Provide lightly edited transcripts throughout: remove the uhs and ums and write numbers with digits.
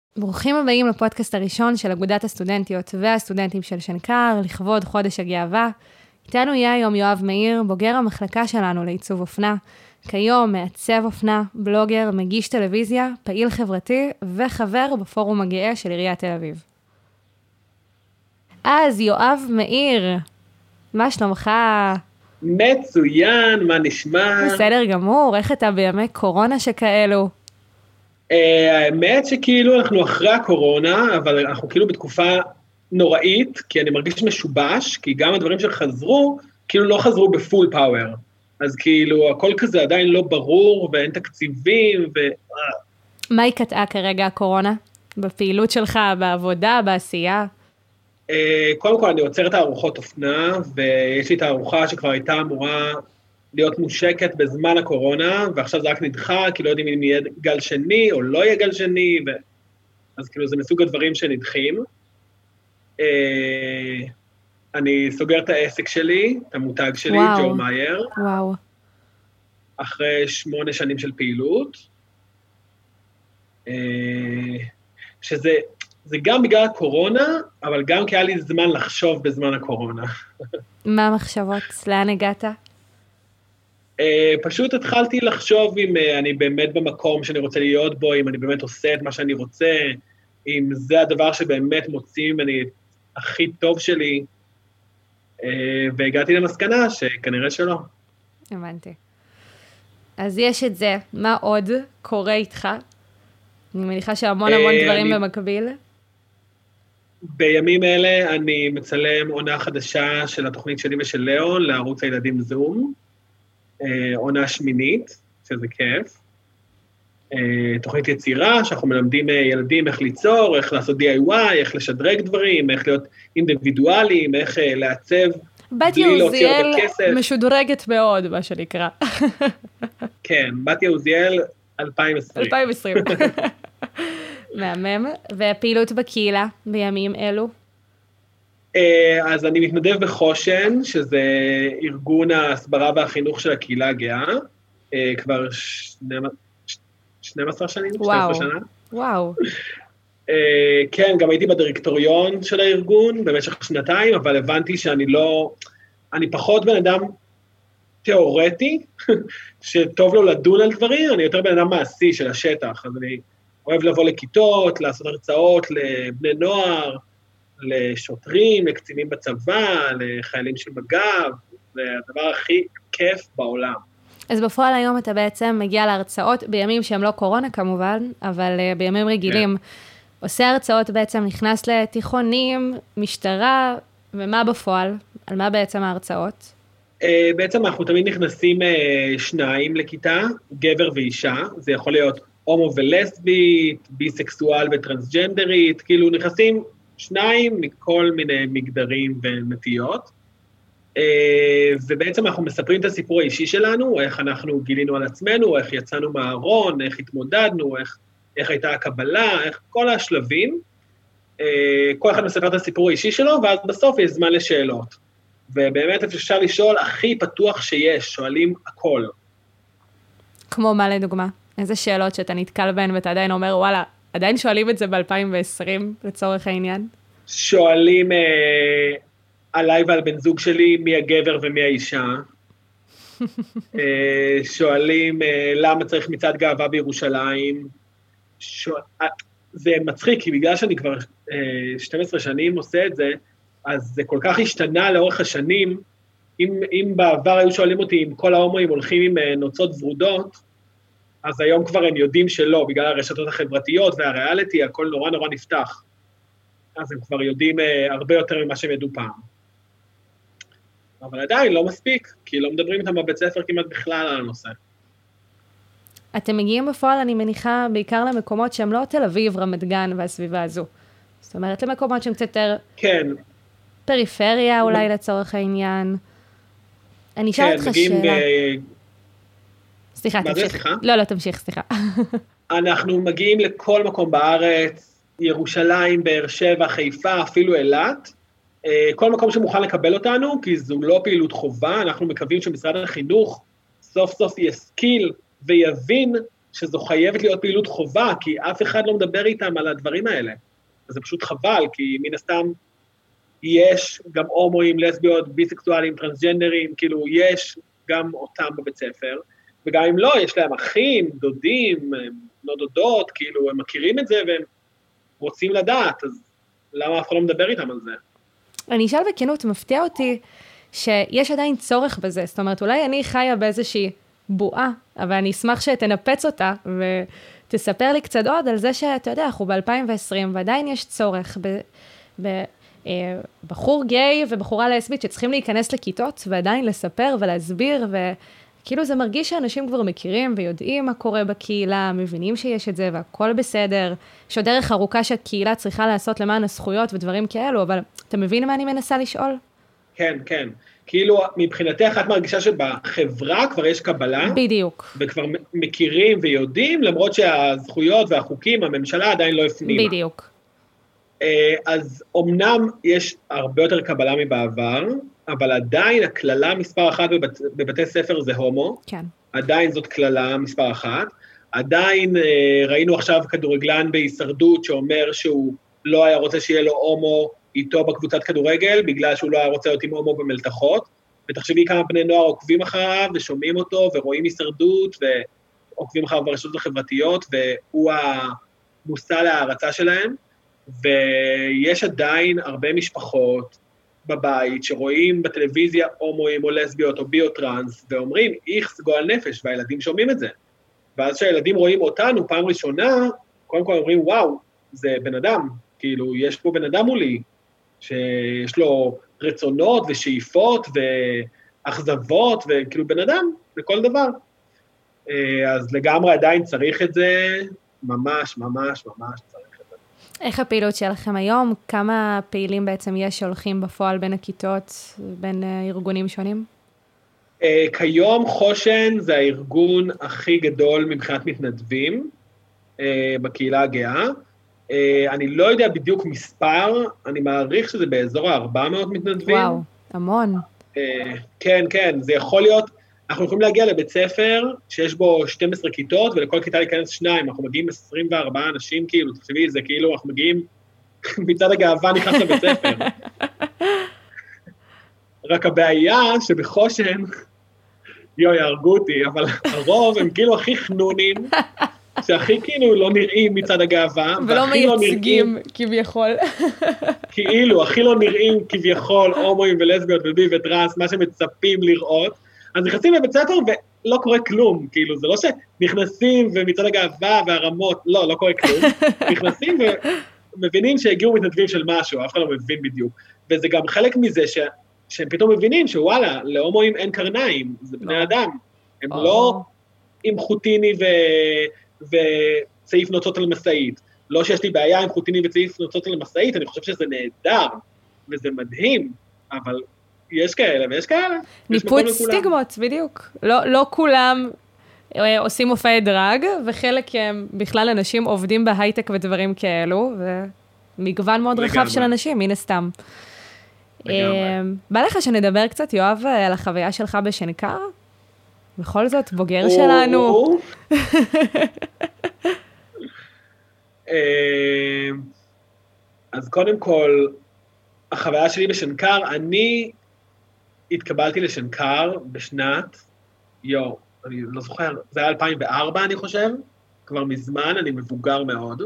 ברוכים הבאים לפודקאסט הראשון של אגודת הסטודנטיות והסטודנטים של שנקר, לכבוד חודש הגאווה. איתנו יהיה היום יואב מאיר, בוגר המחלקה שלנו לעיצוב אופנה. כיום מעצב אופנה, בלוגר, מגיש טלוויזיה, פעיל חברתי וחבר בפורום הגאה של עיריית תל אביב. אז יואב מאיר, מה שלומך? מצוין, מה נשמע? בסדר גמור, איך אתה בימי קורונה שכאלו? האמת שכאילו אנחנו אחרי הקורונה, אבל אנחנו כאילו בתקופה נוראית, כי אני מרגיש משובש, כי גם הדברים שחזרו, כאילו לא חזרו בפול פאוור. אז כאילו הכל כזה עדיין לא ברור, ואין תקציבים, מה היא קטעה כרגע הקורונה? בפעילות שלך, בעבודה, בעשייה? קודם כל אני עוצר את הארוחות אופנה, ויש לי את הארוחה שכבר הייתה אמורה להיות מושקת בזמן הקורונה, ועכשיו זה רק נדחה, כי לא יודעים אם יהיה גל שני או לא יהיה גל שני, אז כאילו זה מסוג הדברים שנדחים. אני סוגר את העסק שלי, את המותג שלי, ג'ו מאייר. וואו. אחרי 8 שנים של פעילות. שזה גם בגלל הקורונה, אבל גם כי היה לי זמן לחשוב בזמן הקורונה. מה המחשבות? לאן הגעת? פשוט התחלתי לחשוב אם אני באמת במקום שאני רוצה להיות בו, אם אני באמת עושה את מה שאני רוצה, אם זה הדבר שבאמת מוציא ממני הכי טוב שלי, והגעתי למסקנה שכנראה שלא. הבנתי. אז יש את זה, מה עוד קורה איתך? אני מניחה שהמון דברים במקביל. בימים אלה אני מצלם עונה חדשה של התוכנית שלי ושל ליאון, לערוץ הילדים זום, עונה שמינית, שזה כיף. תוכנית יצירה, שאנחנו מלמדים ילדים איך ליצור, איך לעשות DIY, איך לשדרג דברים, איך להיות אינדיבידואליים, איך לעצב, בלי להוציא הרבה כסף. משודרגת מאוד, מה שנקרא. כן, בתיה עוזיאל 2020. 2020. מהמם. והפעילות בקהילה בימים אלו? אז אני מתנדב בחושן, שזה ארגון ההסברה והחינוך של הקהילה הגאה, כבר 12 שנים, 12 שנה. וואו. כן, גם הייתי בדירקטוריון של הארגון במשך 2 אבל הבנתי שאני לא, אני פחות בן אדם תיאורטי, שטוב לו לדון על דברים, אני יותר בן אדם מעשי של השטח, אז אני אוהב לבוא לכיתות, לעשות הרצאות לבני נוער, לשוטרים, לקצינים בצבא, לחיילים של מג"ב, זה הדבר הכי כיף בעולם. אז בפועל היום אתה בעצם מגיע להרצאות, בימים שהם לא קורונה כמובן, אבל בימים רגילים, עושה הרצאות בעצם, נכנס לתיכונים, משטרה, ומה בפועל? על מה בעצם ההרצאות? בעצם אנחנו תמיד נכנסים 2 לכיתה, גבר ואישה, זה יכול להיות הומו ולסבית, ביסקסואל וטרנסג'נדרית, כאילו נכנסים 2 מכל מיני מגדרים ונטיות, ובעצם אנחנו מספרים את הסיפור האישי שלנו, איך אנחנו גילינו על עצמנו, איך יצאנו מהארון, איך התמודדנו, איך הייתה הקבלה, איך כל השלבים, כל אחד מספר את הסיפור האישי שלו, ואז בסוף יש זמן לשאלות. ובאמת אפשר לשאול הכי פתוח שיש, שואלים הכל. כמו מה לדוגמה? איזה שאלות שאתה נתקל בהן ואתה עדיין אומר, וואלה, עדיין שואלים את זה ב-2020 לצורך העניין? שואלים עליי ועל בן זוג שלי מי הגבר ומי האישה. שואלים למה צריך מצעד גאווה בירושלים. זה מצחיק, כי בגלל שאני כבר 12 שנים עושה את זה, אז זה כל כך השתנה לאורך השנים. אם בעבר היו שואלים אותי אם כל ההומואים הולכים עם נוצות ורודות, אז היום כבר הם יודעים שלא, בגלל הרשתות החברתיות והריאליטי, הכל נורא נורא נפתח. אז הם כבר יודעים הרבה יותר ממה שהם ידעו פעם. אבל עדיין לא מספיק, כי לא מדברים איתם בבית ספר כמעט בכלל על הנושא. אתם מגיעים בפועל, אני מניחה, בעיקר למקומות שהם לא תל אביב, רמת גן והסביבה הזו. זאת אומרת, למקומות שהם קצת יותר... כן. פריפריה אולי לצורך העניין. אני אשאל אותך שאלה. סליחה, תמשיך. לא, תמשיך, סליחה. אנחנו מגיעים לכל מקום בארץ, ירושלים, באר שבע, חיפה, אפילו אילת, כל מקום שמוכן לקבל אותנו, כי זו לא פעילות חובה, אנחנו מקווים שמשרד החינוך סוף סוף ישכיל ויבין שזו חייבת להיות פעילות חובה, כי אף אחד לא מדבר איתם על הדברים האלה. אז זה פשוט חבל, כי מן הסתם יש גם הומואים, לסביות, ביסקסואלים, טרנסג'נדרים, כאילו יש גם אותם בבית ספר, וגם אם לא, יש להם אחים, דודים, לא דודות, כאילו הם מכירים את זה והם רוצים לדעת, אז למה אף אחד לא מדבר איתם על זה? אני אשאל בכנות, מפתיע אותי שיש עדיין צורך בזה, זאת אומרת, אולי אני חיה באיזושהי בועה, אבל אני אשמח שתנפץ אותה, ותספר לי קצת עוד על זה שאתה יודע, אנחנו ב-2020, ועדיין יש צורך בחור גיי ובחורה לסבית שצריכים להיכנס לכיתות, ועדיין לספר ולהסביר, וכאילו זה מרגיש שאנשים כבר מכירים ויודעים מה קורה בקהילה, מבינים שיש את זה והכל בסדר, יש עוד דרך ארוכה שהקהילה צריכה לעשות למען הזכויות ודברים כאלו, אבל אתה מבין מה אני מנסה לשאול? כן, כן. כאילו, מבחינתך את מרגישה שבחברה כבר יש קבלה. בדיוק. וכבר מכירים ויודעים, למרות שהזכויות והחוקים, הממשלה עדיין לא הפנימה. בדיוק. אז אומנם יש הרבה יותר קבלה מבעבר, אבל עדיין הכללה מספר אחת בבתי ספר זה הומו. כן. עדיין זאת כללה מספר אחת. עדיין ראינו עכשיו כדורגלן בהישרדות שאומר שהוא לא היה רוצה שיהיה לו הומו איתו בקבוצת כדורגל, בגלל שהוא לא היה רוצה להיות עם הומו במלתחות, ותחשבי כמה בני נוער עוקבים אחריו, ושומעים אותו, ורואים הישרדות, ועוקבים אחריו ברשתות החברתיות, והוא המושא להערצה שלהם, ויש עדיין הרבה משפחות בבית, שרואים בטלוויזיה הומואים או לסביות או ביוטרנס, ואומרים, איכס גועל נפש, והילדים שומעים את זה. ואז שהילדים רואים אותנו פעם ראשונה, קודם כל אומרים, וואו, זה בן אדם, כאילו, יש פה בן אדם מולי, שיש לו רצונות ושאיפות ואכזבות, וכאילו בן אדם לכל דבר. אז לגמרי עדיין צריך את זה, ממש, ממש, ממש צריך את זה. איך הפעילות שלכם היום? כמה פעילים בעצם יש שהולכים בפועל בין הכיתות, בין ארגונים שונים? כיום חושן זה הארגון הכי גדול מבחינת מתנדבים בקהילה הגאה, אני לא יודע בדיוק מספר, אני מעריך שזה באזור ה-400 מתנדבים. וואו, המון. כן, כן, זה יכול להיות, אנחנו יכולים להגיע לבית ספר שיש בו 12 כיתות, ולכל כיתה להיכנס 2, אנחנו מגיעים 24 אנשים, כאילו, תחשבי, זה כאילו, אנחנו מגיעים מצד הגאווה נכנס לבית ספר. רק הבעיה שבחושן, יהרגו אותי, אבל הרוב הם כאילו הכי חנונים, שהכי כאילו לא נראים מצד הגאווה, ולא מייצגים כביכול. כאילו, הכי לא נראים כביכול, הומואים ולסביות ובי וטרנס, מה שמצפים לראות, אז נכנסים לבית ספר ולא קורה כלום, כאילו, זה לא שנכנסים ומצד הגאווה והרמות, לא, לא קורה כלום, נכנסים ומבינים שהגיעו מתנדבים של משהו, אף אחד לא מבין בדיוק, וזה גם חלק מזה שהם פתאום מבינים שוואלה, להומואים אין קרניים, זה בני אדם, הם לא עם חוטיני וצעיף נוצות על מסעית. לא שיש לי בעיה עם חוטיני וצעיף נוצות על מסעית, אני חושב שזה נהדר, וזה מדהים, אבל יש כאלה ויש כאלה. ניפוץ סטיגמות, בדיוק. לא כולם עושים מופעי דרג, וחלק הם בכלל אנשים עובדים בהייטק ודברים כאלו, ומגוון מאוד רחב של אנשים, מן הסתם. בא לך שנדבר קצת, יואב, על החוויה שלך בשנקר? בכל זאת, בוגר שלנו. אז קודם כל, החוויה שלי בשנקר, אני התקבלתי לשנקר בשנת, אני לא זוכר, זה היה 2004 אני חושב, כבר מזמן, אני מבוגר מאוד,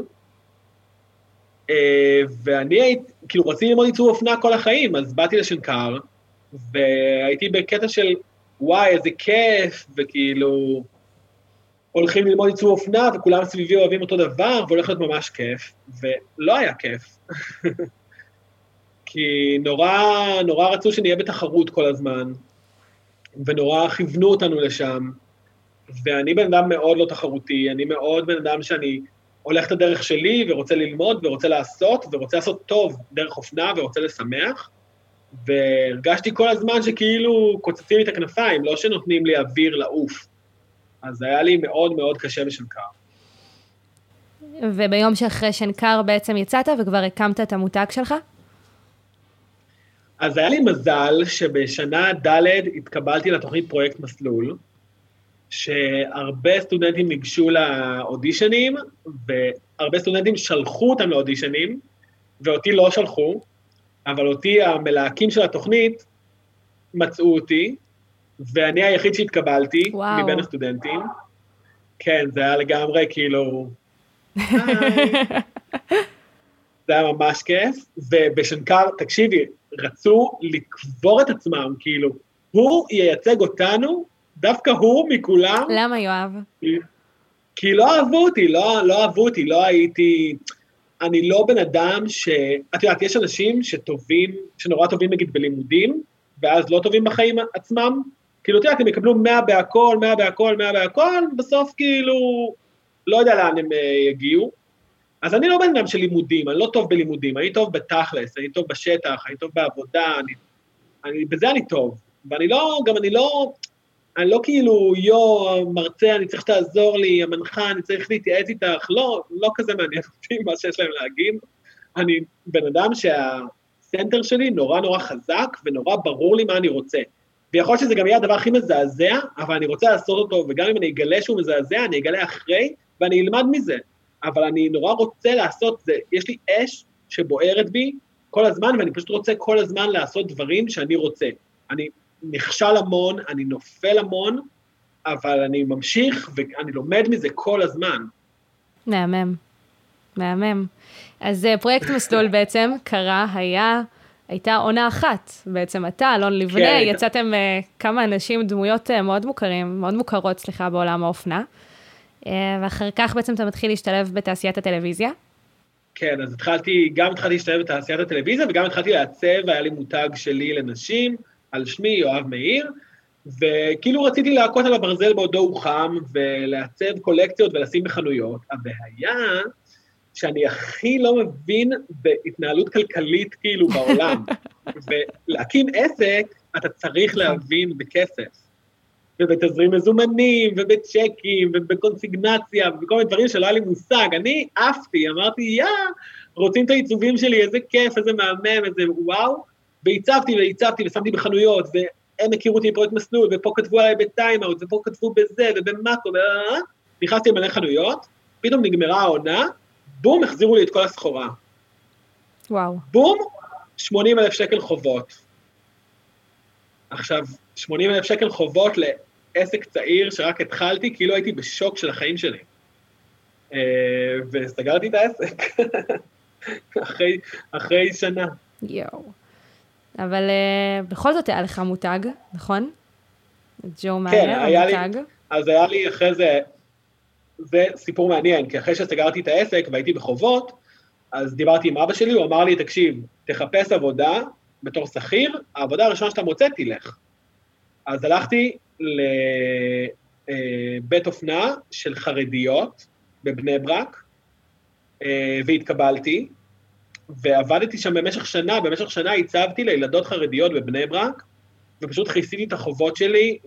ואני כאילו רציתי ללמוד עיצוב אופנה כל החיים, אז באתי לשנקר, והייתי בקטע של, וואי, איזה כיף, וכאילו, הולכים ללמוד עיצוב אופנה, וכולם סביבי אוהבים אותו דבר, והולך להיות ממש כיף, ולא היה כיף. כי נורא רצו שנהיה בתחרות כל הזמן, ונורא כיוונו אותנו לשם, ואני בן אדם מאוד לא תחרותי, אני מאוד בן אדם שאני הולך את הדרך שלי, ורוצה ללמוד, ורוצה לעשות טוב דרך אופנה, ורוצה לשמח, והרגשתי כל הזמן שכאילו קוצצים לי את הכנפיים, לא שנותנים לי אוויר לעוף. אז היה לי מאוד מאוד קשה בשנקר. וביום שאחרי שנקר בעצם יצאת וכבר הקמת את המותג שלך? אז היה לי מזל שבשנה ד' התקבלתי לתוכנית פרויקט מסלול, שהרבה סטודנטים ניגשו לאודישנים, והרבה סטודנטים שלחו אותם לאודישנים, ואותי לא שלחו, אבל אותי המלהקים של התוכנית מצאו אותי, ואני היחיד שהתקבלתי מבין הסטודנטים. כן, זה היה לגמרי כאילו... זה היה ממש כיף, ובשנקר, תקשיבי, רצו לקבור את עצמם, כאילו, הוא ייצג אותנו, דווקא הוא מכולם. למה יואב? כי לא אהבו אותי, לא אהבו אותי, לא הייתי... אני לא בן אדם את יודעת, יש אנשים שטובים, שנורא טובים נגיד בלימודים, ואז לא טובים בחיים עצמם, כאילו, תראה, הם יקבלו 100 בהכל, 100 בהכל, 100 בהכל, בסוף כאילו, לא יודע לאן הם יגיעו. אז אני לא בן אדם של לימודים, אני לא טוב בלימודים, אני טוב בתכלס, אני טוב בשטח, אני טוב בעבודה, בזה אני טוב. ואני לא, גם אני לא כאילו, מרצה, אני צריך שתעזור לי, המנחה, אני צריך להתייעץ איתך, לא כזה מעניין אותי מה שיש להם להגיד. אני בן אדם שהסנטר שלי נורא נורא חזק, ונורא ברור לי מה אני רוצה. ויכול להיות שזה גם יהיה הדבר הכי מזעזע, אבל אני רוצה לעשות אותו, וגם אם אני אגלה שהוא מזעזע, אני אגלה אחרי, ואני אלמד מזה. אבל אני נורא רוצה לעשות זה, יש לי אש שבוערת בי כל הזמן, ואני פשוט רוצה כל הזמן לעשות דברים שאני רוצה. אני נכשל המון, אני נופל המון, אבל אני ממשיך, ואני לומד מזה כל הזמן. מהמם. אז פרויקט מסלול בעצם קרה, הייתה עונה אחת, בעצם אתה, אלון לבנה, יצאתם כמה אנשים, דמויות מאוד מוכרות, בעולם האופנה, ואחר כך בעצם אתה מתחיל להשתלב בתעשיית הטלוויזיה. כן, אז התחלתי להשתלב בתעשיית הטלוויזיה, וגם התחלתי לעצב, היה לי מותג שלי לנשים, על שמי יואב מאיר, וכאילו רציתי להכות על הברזל בעודו הוא חם, ולעצב קולקציות ולשים בחנויות. הבעיה שאני הכי לא מבין בהתנהלות כלכלית כאילו בעולם, ולהקים עסק אתה צריך להבין בכסף, ובתזרים מזומנים, ובצ'קים, ובקונסיגנציה, ובכל מיני דברים שלא היה לי מושג. אני עפתי, אמרתי, רוצים את העיצובים שלי, איזה כיף, איזה מהמם, איזה וואו, ועיצבתי ושמתי בחנויות, והם הכירו אותי בפרויקט מסלול, ופה כתבו עליי בטיימאוט, ופה כתבו בזה, ובמאקו, נכנסתי למלא חנויות, פתאום נגמרה העונה, בום, החזירו לי את כל הסחורה. וואו. בום, 80,000 שקל חובות. עכשיו, 80,000 שקל חובות לעסק צעיר שרק התחלתי, כאילו הייתי בשוק של החיים שלי. וסגרתי את העסק. אחרי שנה. יואו. אבל בכל זאת היה לך מותג, נכון? ג'ו מאייר, המותג. אז היה לי אחרי זה סיפור מעניין, כי אחרי שסגרתי את העסק והייתי בחובות, אז דיברתי עם אבא שלי, הוא אמר לי, תקשיב, תחפש עבודה בתור שכיר, העבודה הראשונה שאתה מוצא, תלך. אז הלכתי לבית אופנה של חרדיות בבני ברק, והתקבלתי, ועבדתי שם במשך שנה הצבתי לילדות חרדיות בבני ברק, ופשוט כיסיתי את החובות שלי,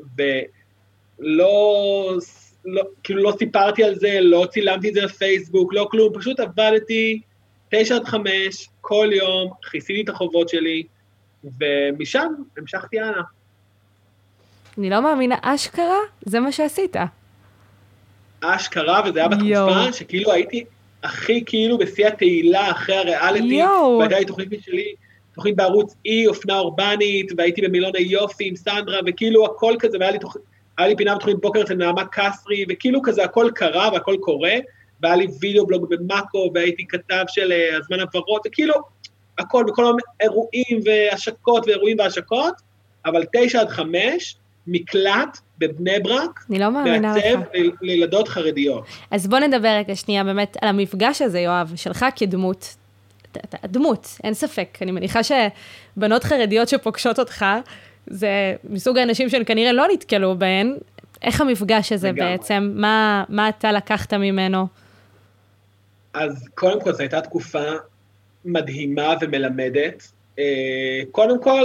כאילו לא סיפרתי על זה, לא צילמתי את זה לפייסבוק, לא כלום, פשוט עבדתי 9-5, כל יום, כיסיתי את החובות שלי, ומשם המשכתי הלאה. אני לא מאמינה, אשכרה, זה מה שעשית. אשכרה, וזה היה בתקופה שכאילו הייתי הכי כאילו בשיא התהילה, אחרי הריאליטי, והייתה לי תוכנית משלי, תוכנית בערוץ אי, אופנה אורבנית, והייתי במילון היופי עם סנדרה, וכאילו הכל כזה, והיה לי פינה בתוכנית בוקר אצל נעמה קסרי, וכאילו כזה הכל קרה והכל קורה, והיה לי וידאו בלוג במאקו, והייתי כתב של הזמן עברות, וכאילו הכל, בכל אירועים והשקות ואירועים והשקות, אבל 9-5, מקלט בבני ברק, אני לא מאמינה לך. מעצב לילדות חרדיות. אז בוא נדבר רגע שנייה באמת על המפגש הזה, יואב, שלך כדמות, דמות, אין ספק. אני מניחה שבנות חרדיות שפוגשות אותך, זה מסוג האנשים שהן כנראה לא נתקלו בהן. איך המפגש הזה בעצם? מה אתה לקחת ממנו? אז קודם כל, זו הייתה תקופה מדהימה ומלמדת. קודם כל,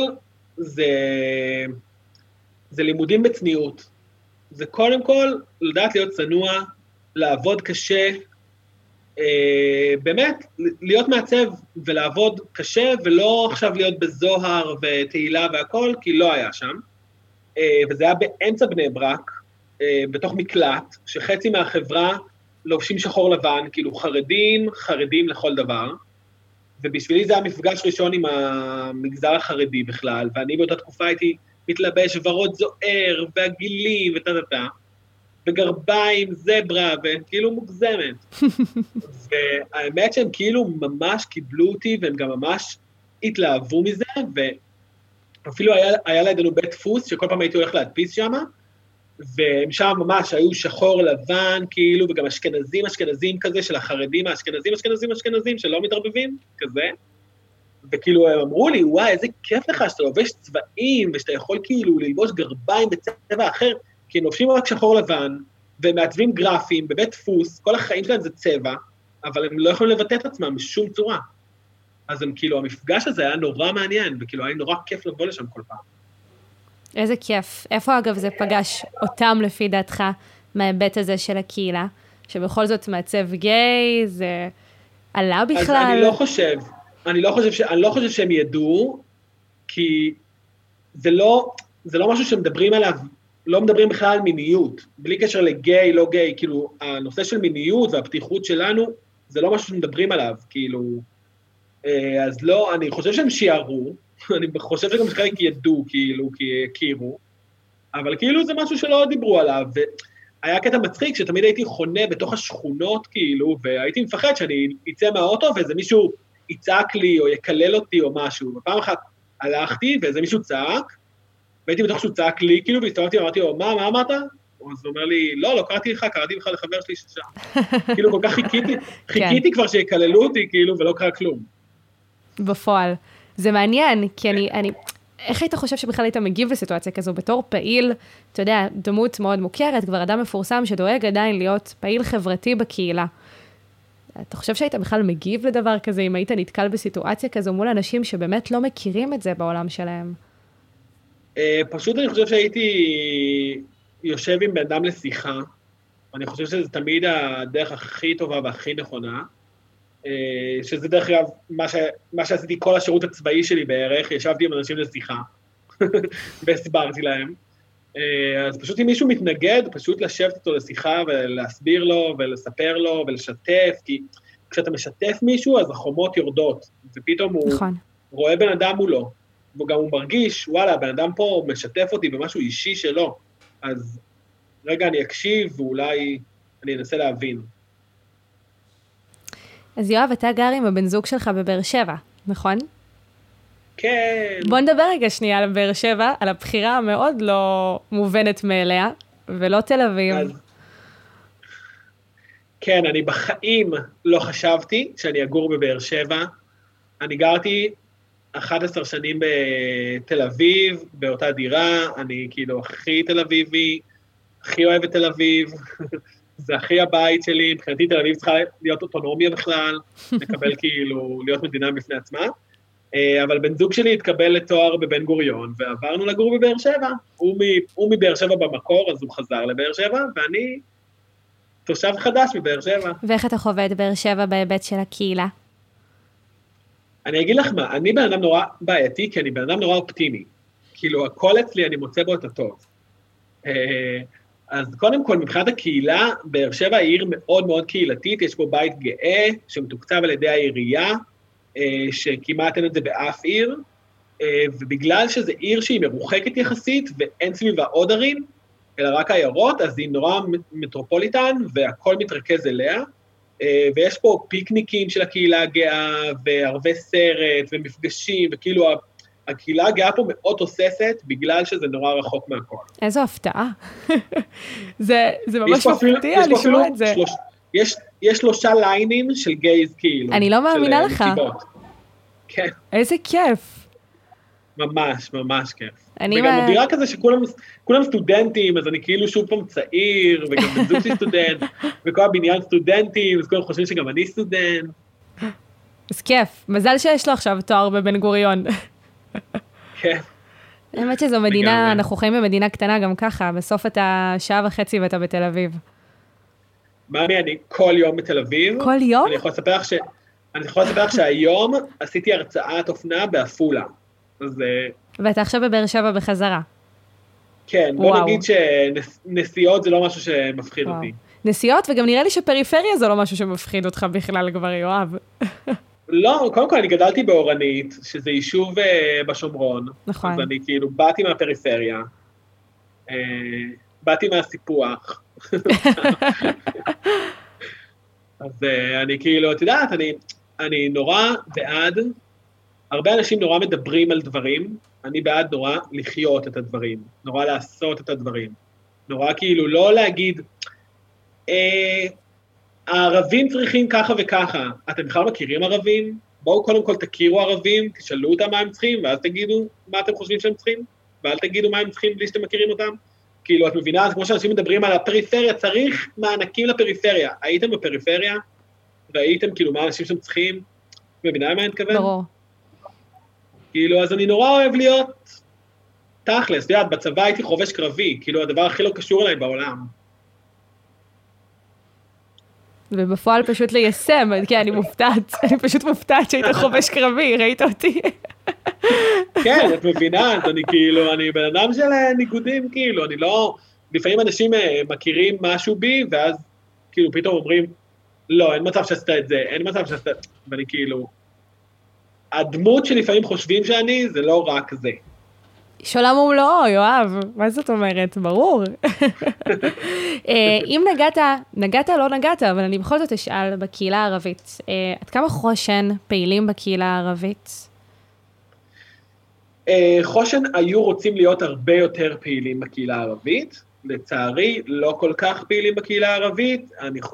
זה לימודים בצניעות. זה קודם כל לדעת להיות צנוע, לעבוד קשה, באמת, להיות מעצב ולעבוד קשה, ולא עכשיו להיות בזוהר ותהילה והכל, כי לא היה שם. וזה היה באמצע בני ברק, בתוך מקלט, שחצי מהחברה לובשים שחור לבן, כאילו חרדים לכל דבר, ובשבילי זה המפגש ראשון עם המגזר החרדי בכלל, ואני באותה תקופה הייתי מתלבש ורוד זוהר, והגילים וטטטה, וגרביים, זברה, וכאילו מוגזמת. והאמת שהם כאילו ממש קיבלו אותי, והם גם ממש התלהבו מזה, ואפילו היה לידינו בית דפוס, שכל פעם הייתי הולך להדפיס שם, והם שם ממש היו שחור לבן, כאילו, וגם אשכנזים כזה, של החרדים, האשכנזים, שלא מתערבבים, כזה. וכאילו, הם אמרו לי, וואי, איזה כיף לך שאתה לובש צבעים, ושאתה יכול כאילו ללבוש גרביים בצבע אחר, כי הם לובשים רק שחור לבן, והם מעצבים גרפים בבית דפוס, כל החיים שלהם זה צבע, אבל הם לא יכולים לבטא את עצמם בשום צורה. אז הם כאילו, המפגש הזה היה נורא מעניין, וכאילו, היה נורא כיף לבוא לשם כל פעם. איזה כיף. איפה אגב זה פגש אותם לפי דעתך מההיבט הזה של הקהילה? שבכל זאת מעצב גיי, זה עלה בכלל? אז אני לא חושב שהם ידעו, כי זה לא משהו שמדברים עליו, לא מדברים בכלל על מיניות, בלי קשר לגיי, לא גיי, כאילו, הנושא של מיניות והפתיחות שלנו, זה לא משהו שמדברים עליו, כאילו, אז לא, אני חושב שהם שיערו, אני חושב שגם חלק ידעו, כאילו, כי הכירו, אבל כאילו זה משהו שלא דיברו עליו, והיה קטע מצחיק שתמיד הייתי חונה בתוך השכונות, כאילו, והייתי מפחד שאני אצא מהאוטו, ואיזה מישהו יצעק לי, או יקלל אותי, או משהו, ופעם אחת הלכתי, ואיזה מישהו צעק, והייתי בתוך שהוא צעק לי, כאילו, והסתובבתי, ואמרתי לו, מה אמרת? אז הוא אומר לי, לא קראתי לך לחבר שלי ששם. כאילו, כל כך חיכיתי כבר שיקללו אותי, כאילו, ולא קרה כלום. בפועל. זה מעניין, כי איך היית חושב שבכלל היית מגיב לסיטואציה כזו? בתור פעיל, אתה יודע, דמות מאוד מוכרת, כבר אדם מפורסם שדואג עדיין להיות פעיל חברתי בקהילה. אתה חושב שהיית בכלל מגיב לדבר כזה, אם היית נתקל בסיטואציה כזו מול אנשים שבאמת לא מכירים את זה בעולם שלהם? פשוט אני חושב שהייתי יושב עם בן אדם לשיחה, אני חושב שזה תמיד הדרך הכי טובה והכי נכונה, שזה דרך אגב, מה שעשיתי כל השירות הצבאי שלי בערך, ישבתי עם אנשים לשיחה, והסברתי להם, אז פשוט אם מישהו מתנגד, פשוט לשבת אותו לשיחה ולהסביר לו ולספר לו ולשתף, כי כשאתה משתף מישהו אז החומות יורדות, ופתאום הוא רואה בן אדם מולו, וגם הוא מרגיש, וואלה, בן אדם פה משתף אותי במשהו אישי שלו, אז רגע אני אקשיב ואולי אני אנסה להבין. אז יואב, אתה גר עם הבן זוג שלך בבאר שבע, נכון? כן. בוא נדבר רגע שנייה על באר שבע, על הבחירה המאוד לא מובנת מאליה, ולא תל אביב. כן, אני בחיים לא חשבתי שאני אגור בבאר שבע. אני גרתי 11 שנים בתל אביב, באותה דירה, אני כאילו הכי תל אביבי, הכי אוהב את תל אביב, זה הכי הבית שלי, מבחינתי תל אביב צריכה להיות אוטונומיה בכלל, לקבל כאילו, להיות מדינה בפני עצמה, אבל בן זוג שלי התקבל לתואר בבן גוריון, ועברנו לגור בבאר שבע, הוא מבאר שבע במקור, אז הוא חזר לבאר שבע, ואני תושב חדש בבאר שבע. ואיך אתה חווה את באר שבע בהיבט של הקהילה? אני אגיד לך מה, אני בן אדם נורא בעייתי, כי אני בן אדם נורא אופטימי, כאילו הכל אצלי אני מוצא בו את הטוב. אז קודם כל, מבחינת הקהילה, באר שבע היא עיר מאוד מאוד קהילתית, יש פה בית גאה, שמתוקצב על ידי העירייה, שכמעט אין את זה באף עיר, ובגלל שזה עיר שהיא מרוחקת יחסית, ואין סביבה עוד ערים, אלא רק עיירות, אז היא נורא מטרופוליטן, והכל מתרכז אליה, ויש פה פיקניקים של הקהילה הגאה, וערבי סרט, ומפגשים, וכאילו הקהילה הגאה פה מאוד תוססת, בגלל שזה נורא רחוק מהכל. איזו הפתעה. זה ממש מפתיע לשמוע את זה. יש 3 ליינים של גייז כאילו. אני לא מאמינה לך. כן. איזה כיף. ממש, ממש כיף. וגם בדירה כזה שכולם סטודנטים, אז אני כאילו שוב פעם צעיר, וגם בן זוג שלי סטודנט, וכל הבניין סטודנטים, אז כולם חושבים שגם אני סטודנט. אז כיף. מזל שיש לו עכשיו תואר בבן גוריון. כן. האמת שזו מדינה, אנחנו חיים במדינה קטנה גם ככה, בסוף אתה 1.5 שעה ואתה בתל אביב. מאמי, אני כל יום בתל אביב. כל יום? אני יכול לספר לך שהיום עשיתי הרצאת אופנה בעפולה. אז... ואתה עכשיו בבאר שבע בחזרה. כן, בוא נגיד שנסיעות זה לא משהו שמפחיד אותי. נסיעות, וגם נראה לי שפריפריה זה לא משהו שמפחיד אותך בכלל כבר, יואב. לא, קודם כל אני גדלתי באורנית, שזה יישוב בשומרון. נכון. אז אני כאילו באתי מהפריפריה, באתי מהסיפוח. אז אני כאילו, את יודעת, אני נורא בעד, הרבה אנשים נורא מדברים על דברים, אני בעד נורא לחיות את הדברים, נורא לעשות את הדברים, נורא כאילו לא להגיד, הערבים צריכים ככה וככה, אתם בכלל מכירים ערבים? בואו קודם כל תכירו ערבים, תשאלו אותם מה הם צריכים, ואז תגידו מה אתם חושבים שהם צריכים, ואל תגידו מה הם צריכים בלי שאתם מכירים אותם. כאילו, את מבינה, אז כמו שאנשים מדברים על הפריפריה, צריך מענקים לפריפריה. הייתם בפריפריה? ראיתם כאילו מה אנשים שם צריכים? מבינה למה אני מתכוון? ברור. כאילו, אז אני נורא אוהב להיות תכלס, יודעת, בצבא הייתי חובש קרבי, כאילו, הדבר הכי לא קשור אליי בעולם. ובפועל פשוט ליישם, כי אני מופתעת, אני פשוט מופתעת שהיית חובש קרבי, ראית אותי? כן, את מבינה, אז אני כאילו, אני בן אדם של ניגודים, כאילו, אני לא, לפעמים אנשים מכירים משהו בי, ואז כאילו פתאום אומרים, לא, אין מצב שעשתה את זה, אין מצב שעשתה, ואני כאילו, הדמות שלפעמים חושבים שאני, זה לא רק זה. יש עולם ומלואו, יואב, מה זאת אומרת? ברור. אם נגעת לא נגעת, אבל אני בכל זאת אשאל בקהילה הערבית, עד כמה חושן פעילים בקהילה הערבית? חושן היו רוצים להיות הרבה יותר פעילים בקהילה הערבית, לצערי לא כל כך פעילים בקהילה הערבית,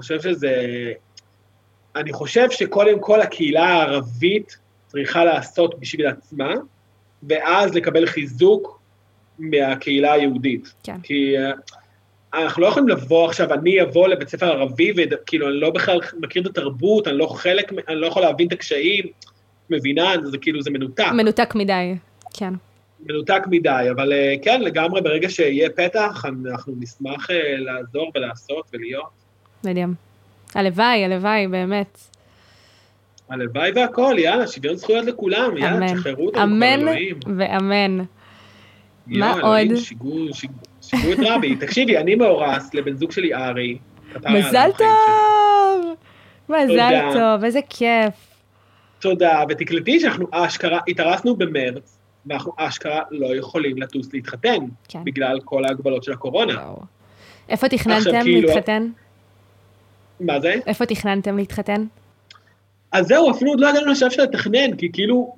אני חושב שקודם כל הקהילה הערבית צריכה לעשות בשביל עצמה, ואז לקבל חיזוק מהקהילה היהודית. כן. כי אנחנו לא יכולים לבוא עכשיו, אני אבוא לבית ספר ערבי, וכאילו אני לא בכלל מכיר את התרבות, אני לא יכול להבין את הקשיים, מבינה, זה כאילו, זה מנותק. מנותק מדי, כן. מנותק מדי, אבל כן, לגמרי ברגע שיהיה פתח, אנחנו נשמח לעזור ולעשות ולהיות. מדהים. הלוואי, באמת. הלוואי והכל, יאללה, שוויון זכויות לכולם, יאללה, תשחררו אותנו כבר, אלוהים. ואמן. מה עוד? אלוהים, שיגעו את רבי. תקשיבי, אני מאורס לבן זוג שלי ארי. מזל טוב! מזל טוב, איזה כיף. תודה, ותקלטי שאנחנו אשכרה, התארסנו במרץ, ואנחנו אשכרה לא יכולים לטוס להתחתן, בגלל כל ההגבלות של הקורונה. איפה תכננתם להתחתן? מה זה? איפה תכננתם להתחתן? אז זהו, אפילו עוד לא הגענו לשלב של לתכנן, כי כאילו,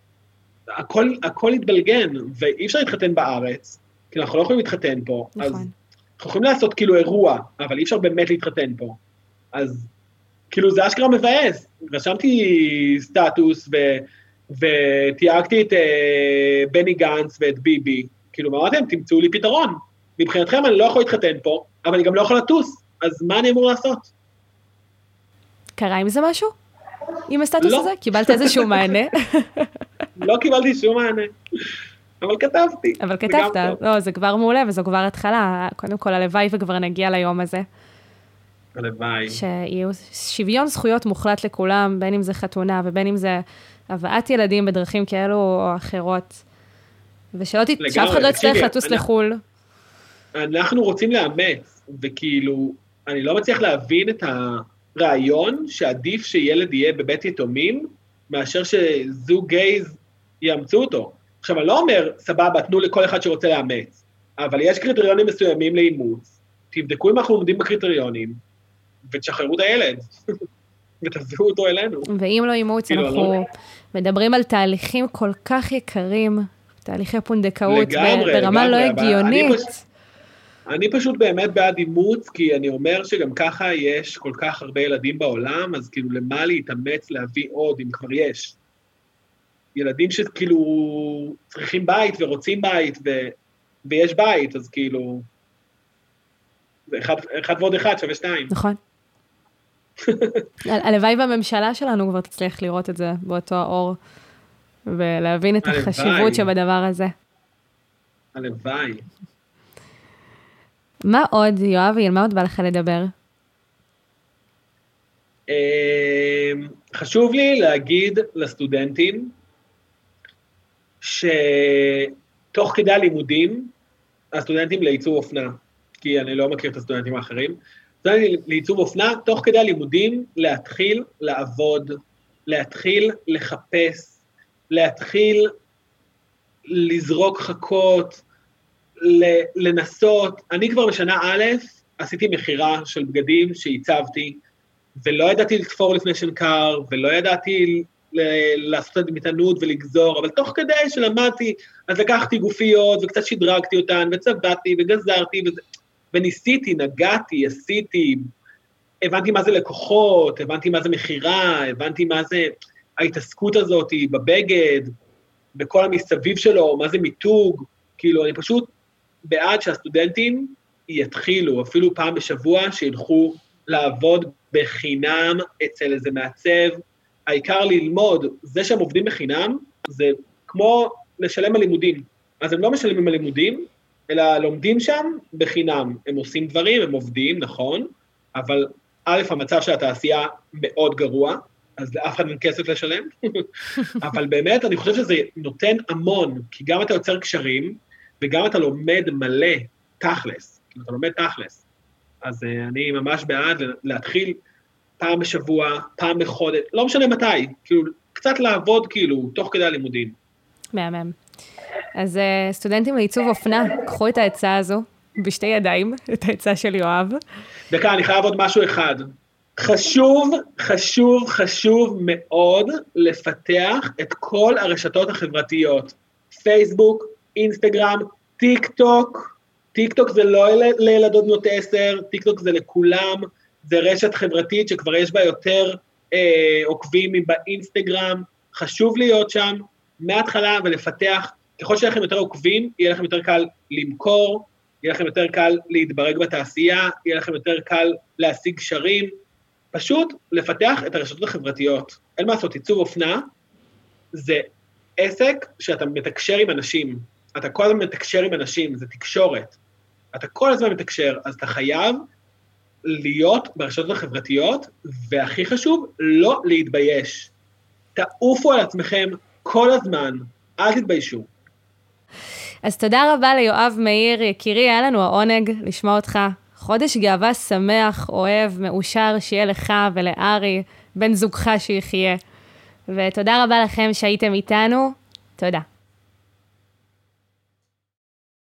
הכל התבלגן, ואי אפשר להתחתן בארץ, כי אנחנו לא יכולים להתחתן פה, אז אנחנו יכולים לעשות כאילו אירוע, אבל אי אפשר באמת להתחתן פה. אז כאילו זה אשכרה מבאס, רשמתי סטטוס, ותייגתי את בני גנץ ואת ביבי, כאילו מה אמרתם, תמצאו לי פתרון. מבחינתכם אני לא יכול להתחתן פה, אבל אני גם לא יכול לטוס, אז מה אני אמור לעשות? קרה עם זה משהו? עם הסטטוס הזה? קיבלת איזשהו מענה? לא קיבלתי שום מענה, אבל כתבתי. אבל כתבת, לא, זה כבר מעולה, וזו כבר התחלה. קודם כל, הלוואי וכבר נגיע ליום הזה. הלוואי. שיהיו שוויון זכויות מוחלט לכולם, בין אם זה חתונה, ובין אם זה הבאת ילדים בדרכים כאלו או אחרות. שאף אחד לא יצטרך לטוס לחול. אנחנו רוצים לאמץ, וכאילו, אני לא מצליח להבין את הרעיון שעדיף שילד יהיה בבית יתומים, מאשר שזוג גייז יאמצו אותו. עכשיו, אני לא אומר, סבבה, תנו לכל אחד שרוצה לאמץ, אבל יש קריטריונים מסוימים לאימוץ, תבדקו אם אנחנו עומדים בקריטריונים, ותשחררו את הילד, ותביאו אותו אלינו. ואם לא אימוץ, אנחנו מדברים על תהליכים כל כך יקרים, תהליכי פונדקאות, ברמה לא הגיונית. אני פשוט באמת בעד אימוץ, כי אני אומר שגם ככה יש כל כך הרבה ילדים בעולם, אז כאילו למה להתאמץ להביא עוד, אם כבר יש. ילדים שכאילו צריכים בית ורוצים בית, ויש בית, אז כאילו, אחד ועוד אחד שווה 2. נכון. הלוואי בממשלה שלנו כבר תצליח לראות את זה באותו האור, ולהבין את החשיבות שבדבר הזה. הלוואי. מה עוד, יואב, על מה עוד בא לך לדבר? חשוב לי להגיד לסטודנטים, שתוך כדי הלימודים, הסטודנטים לעיצוב אופנה, כי אני לא מכיר את הסטודנטים האחרים, סטודנטים לעיצוב אופנה, תוך כדי הלימודים, להתחיל לעבוד, להתחיל לחפש, להתחיל לזרוק חכות, לנסות. אני כבר בשנה א', עשיתי מחירה של בגדים שעיצבתי, ולא ידעתי לתפור לפני שנקר, ולא ידעתי לעשות את המתענות ולגזור, אבל תוך כדי שלמדתי, אז לקחתי גופיות, וקצת שדרגתי אותן, וצבעתי, וגזרתי, וניסיתי, נגעתי, עשיתי, הבנתי מה זה לקוחות, הבנתי מה זה מחירה, הבנתי מה זה ההתעסקות הזאת בבגד, בכל המסביב שלו, מה זה מיתוג, כאילו אני פשוט בעד שהסטודנטים יתחילו, אפילו פעם בשבוע, שילכו לעבוד בחינם אצל איזה מעצב, העיקר ללמוד, זה שהם עובדים בחינם, זה כמו לשלם על לימודים, אז הם לא משלמים על לימודים, אלא לומדים שם בחינם, הם עושים דברים, הם עובדים, נכון, אבל א', המצב של התעשייה מאוד גרוע, אז לאף אחד אין כסף לשלם, אבל באמת אני חושב שזה נותן המון, כי גם אתה יוצר קשרים, וגם אתה לומד מלא תכלס, כאילו אתה לומד תכלס, אז אני ממש בעד להתחיל פעם בשבוע, פעם בחודש, לא משנה מתי, כאילו קצת לעבוד כאילו, תוך כדי הלימודים. מהמם. אז סטודנטים לעיצוב אופנה, קחו את ההצעה הזו, בשתי ידיים, את ההצעה של יואב. דקה, אני חייב עוד משהו אחד. חשוב מאוד לפתח את כל הרשתות החברתיות. פייסבוק, אינסטגרם, טיק טוק. טיק טוק זה לא לילדות בנות 10, טיק טוק זה לכולם, זה רשת חברתית שכבר יש בה יותר עוקבים באינסטגרם. חשוב להיות שם מההתחלה ולפתח. ככל שיהיה לכם יותר עוקבים, יהיה לכם יותר קל למכור, יהיה לכם יותר קל להתברג בתעשייה, יהיה לכם יותר קל להשיג קשרים, פשוט לפתח את הרשתות החברתיות. אין מה לעשות, עיצוב אופנה, זה עסק שאתה מתקשר עם אנשים, אתה כל הזמן מתקשר עם אנשים, זה תקשורת, אתה כל הזמן מתקשר, אז אתה חייב להיות ברשתות החברתיות, והכי חשוב, לא להתבייש. תעופו על עצמכם כל הזמן, אל תתביישו. אז תודה רבה ליואב מאיר, יקירי, היה לנו העונג לשמוע אותך. חודש גאווה שמח, אוהב, מאושר, שיהיה לך ולארי, בן זוגך שיחיה. ותודה רבה לכם שהייתם איתנו. תודה.